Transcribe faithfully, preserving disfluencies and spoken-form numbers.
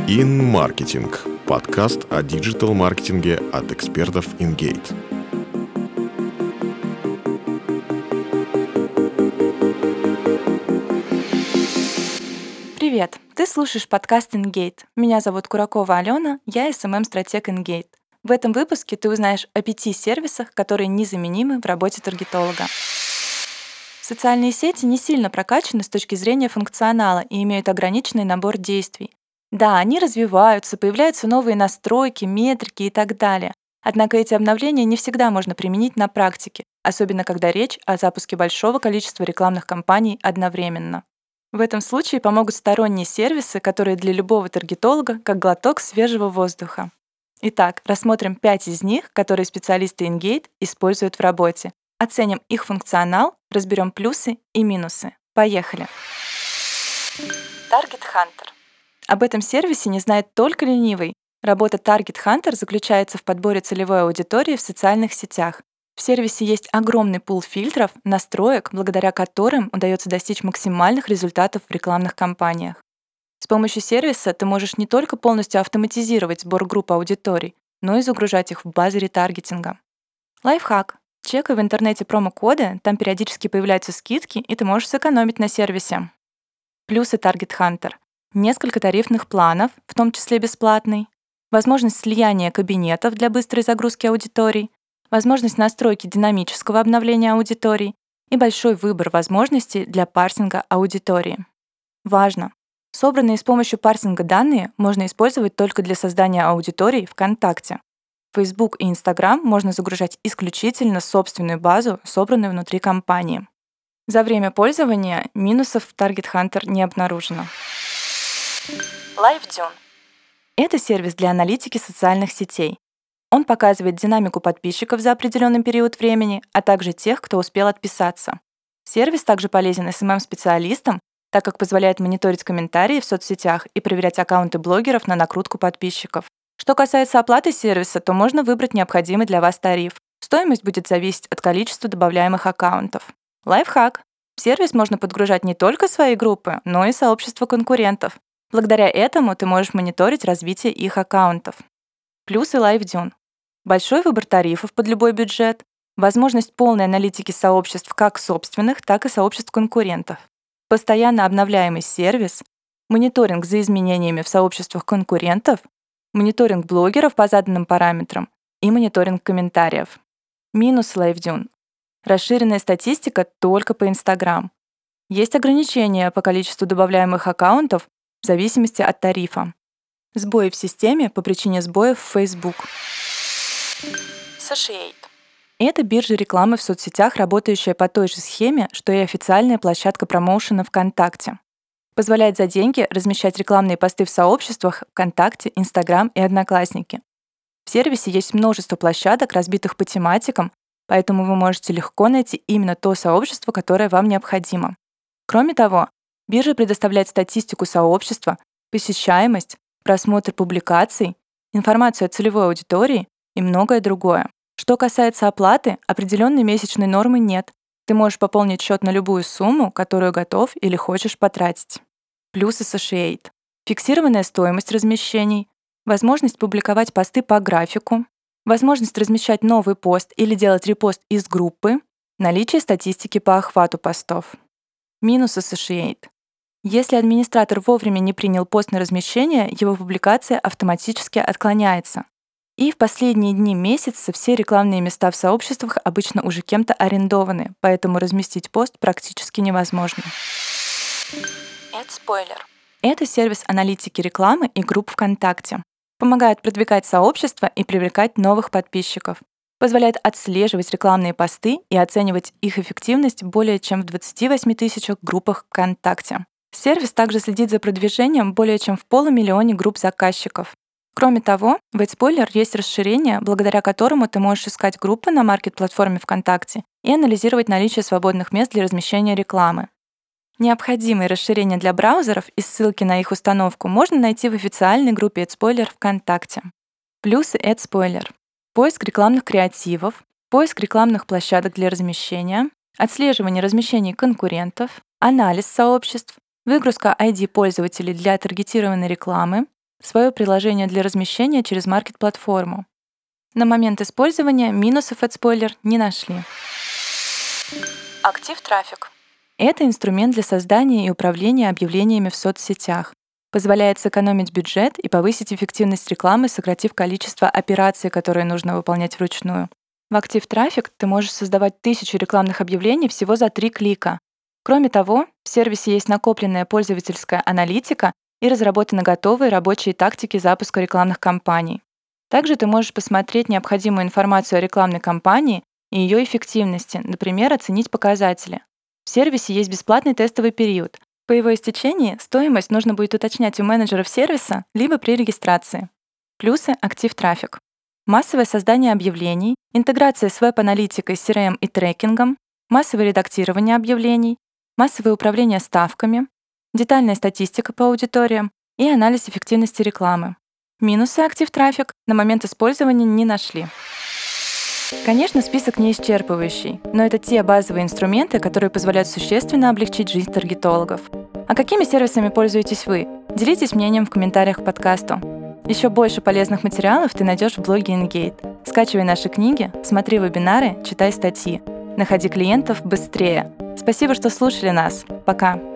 InMarketing – подкаст о диджитал-маркетинге от экспертов InGate. Привет! Ты слушаешь подкаст InGate. Меня зовут Куракова Алена, я эс эм эм-стратег InGate. В этом выпуске ты узнаешь о пяти сервисах, которые незаменимы в работе таргетолога. Социальные сети не сильно прокачаны с точки зрения функционала и имеют ограниченный набор действий. Да, они развиваются, появляются новые настройки, метрики и так далее. Однако эти обновления не всегда можно применить на практике, особенно когда речь о запуске большого количества рекламных кампаний одновременно. В этом случае помогут сторонние сервисы, которые для любого таргетолога как глоток свежего воздуха. Итак, рассмотрим пять из них, которые специалисты InGate используют в работе. Оценим их функционал, разберем плюсы и минусы. Поехали! Target Hunter. Об этом сервисе не знает только ленивый. Работа Target Hunter заключается в подборе целевой аудитории в социальных сетях. В сервисе есть огромный пул фильтров, настроек, благодаря которым удается достичь максимальных результатов в рекламных кампаниях. С помощью сервиса ты можешь не только полностью автоматизировать сбор групп аудиторий, но и загружать их в базы ретаргетинга. Лайфхак. Чекай в интернете промокоды, там периодически появляются скидки, и ты можешь сэкономить на сервисе. Плюсы Target Hunter. Несколько тарифных планов, в том числе бесплатный, возможность слияния кабинетов для быстрой загрузки аудиторий, возможность настройки динамического обновления аудиторий и большой выбор возможностей для парсинга аудитории. Важно! Собранные с помощью парсинга данные можно использовать только для создания аудиторий ВКонтакте. В Facebook и Instagram можно загружать исключительно собственную базу, собранную внутри компании. За время пользования минусов в Target Hunter не обнаружено. LiveDune. Это сервис для аналитики социальных сетей. Он показывает динамику подписчиков за определенный период времени, а также тех, кто успел отписаться. Сервис также полезен эс эм эм-специалистам, так как позволяет мониторить комментарии в соцсетях и проверять аккаунты блогеров на накрутку подписчиков. Что касается оплаты сервиса, то можно выбрать необходимый для вас тариф. Стоимость будет зависеть от количества добавляемых аккаунтов. Лайфхак. В сервис можно подгружать не только свои группы, но и сообщества конкурентов. Благодаря этому ты можешь мониторить развитие их аккаунтов. Плюсы LiveDune. Большой выбор тарифов под любой бюджет, возможность полной аналитики сообществ как собственных, так и сообществ конкурентов, постоянно обновляемый сервис, мониторинг за изменениями в сообществах конкурентов, мониторинг блогеров по заданным параметрам и мониторинг комментариев. Минус LiveDune. Расширенная статистика только по Instagram. Есть ограничения по количеству добавляемых аккаунтов в зависимости от тарифа. Сбои в системе по причине сбоев в Facebook. Satiate. Это биржа рекламы в соцсетях, работающая по той же схеме, что и официальная площадка промоушена ВКонтакте. Позволяет за деньги размещать рекламные посты в сообществах ВКонтакте, Instagram и Одноклассники. В сервисе есть множество площадок, разбитых по тематикам, поэтому вы можете легко найти именно то сообщество, которое вам необходимо. Кроме того, биржа предоставляет статистику сообщества, посещаемость, просмотр публикаций, информацию о целевой аудитории и многое другое. Что касается оплаты, определенной месячной нормы нет. Ты можешь пополнить счет на любую сумму, которую готов или хочешь потратить. Плюсы Satiate. Фиксированная стоимость размещений, возможность публиковать посты по графику, возможность размещать новый пост или делать репост из группы, наличие статистики по охвату постов. Минусы Satiate. Если администратор вовремя не принял пост на размещение, его публикация автоматически отклоняется. И в последние дни месяца все рекламные места в сообществах обычно уже кем-то арендованы, поэтому разместить пост практически невозможно. AdSpoiler. Это сервис аналитики рекламы и групп ВКонтакте. Помогает продвигать сообщества и привлекать новых подписчиков. Позволяет отслеживать рекламные посты и оценивать их эффективность более чем в двадцати восьми тысячах группах ВКонтакте. Сервис также следит за продвижением более чем в полумиллионе групп заказчиков. Кроме того, в AdSpoiler есть расширение, благодаря которому ты можешь искать группы на маркет-платформе ВКонтакте и анализировать наличие свободных мест для размещения рекламы. Необходимые расширения для браузеров и ссылки на их установку можно найти в официальной группе AdSpoiler ВКонтакте. Плюсы AdSpoiler. Поиск рекламных креативов, поиск рекламных площадок для размещения, отслеживание размещений конкурентов, анализ сообществ, выгрузка ай ди пользователей для таргетированной рекламы, свое приложение для размещения через маркет-платформу. На момент использования минусов AdSpoiler не нашли. Актив трафик. Это инструмент для создания и управления объявлениями в соцсетях. Позволяет сэкономить бюджет и повысить эффективность рекламы, сократив количество операций, которые нужно выполнять вручную. В Актив трафик ты можешь создавать тысячу рекламных объявлений всего за три клика. Кроме того, в сервисе есть накопленная пользовательская аналитика и разработаны готовые рабочие тактики запуска рекламных кампаний. Также ты можешь посмотреть необходимую информацию о рекламной кампании и ее эффективности, например, оценить показатели. В сервисе есть бесплатный тестовый период. По его истечении стоимость нужно будет уточнять у менеджеров сервиса либо при регистрации. Плюсы Актив трафик. Массовое создание объявлений, интеграция с веб-аналитикой, си ар эм и трекингом, массовое редактирование объявлений, массовое управление ставками, детальная статистика по аудиториям и анализ эффективности рекламы. Минусы Актив трафик на момент использования не нашли. Конечно, список не исчерпывающий, но это те базовые инструменты, которые позволяют существенно облегчить жизнь таргетологов. А какими сервисами пользуетесь вы? Делитесь мнением в комментариях к подкасту. Еще больше полезных материалов ты найдешь в блоге Engate. Скачивай наши книги, смотри вебинары, читай статьи. Находи клиентов быстрее. Спасибо, что слушали нас. Пока.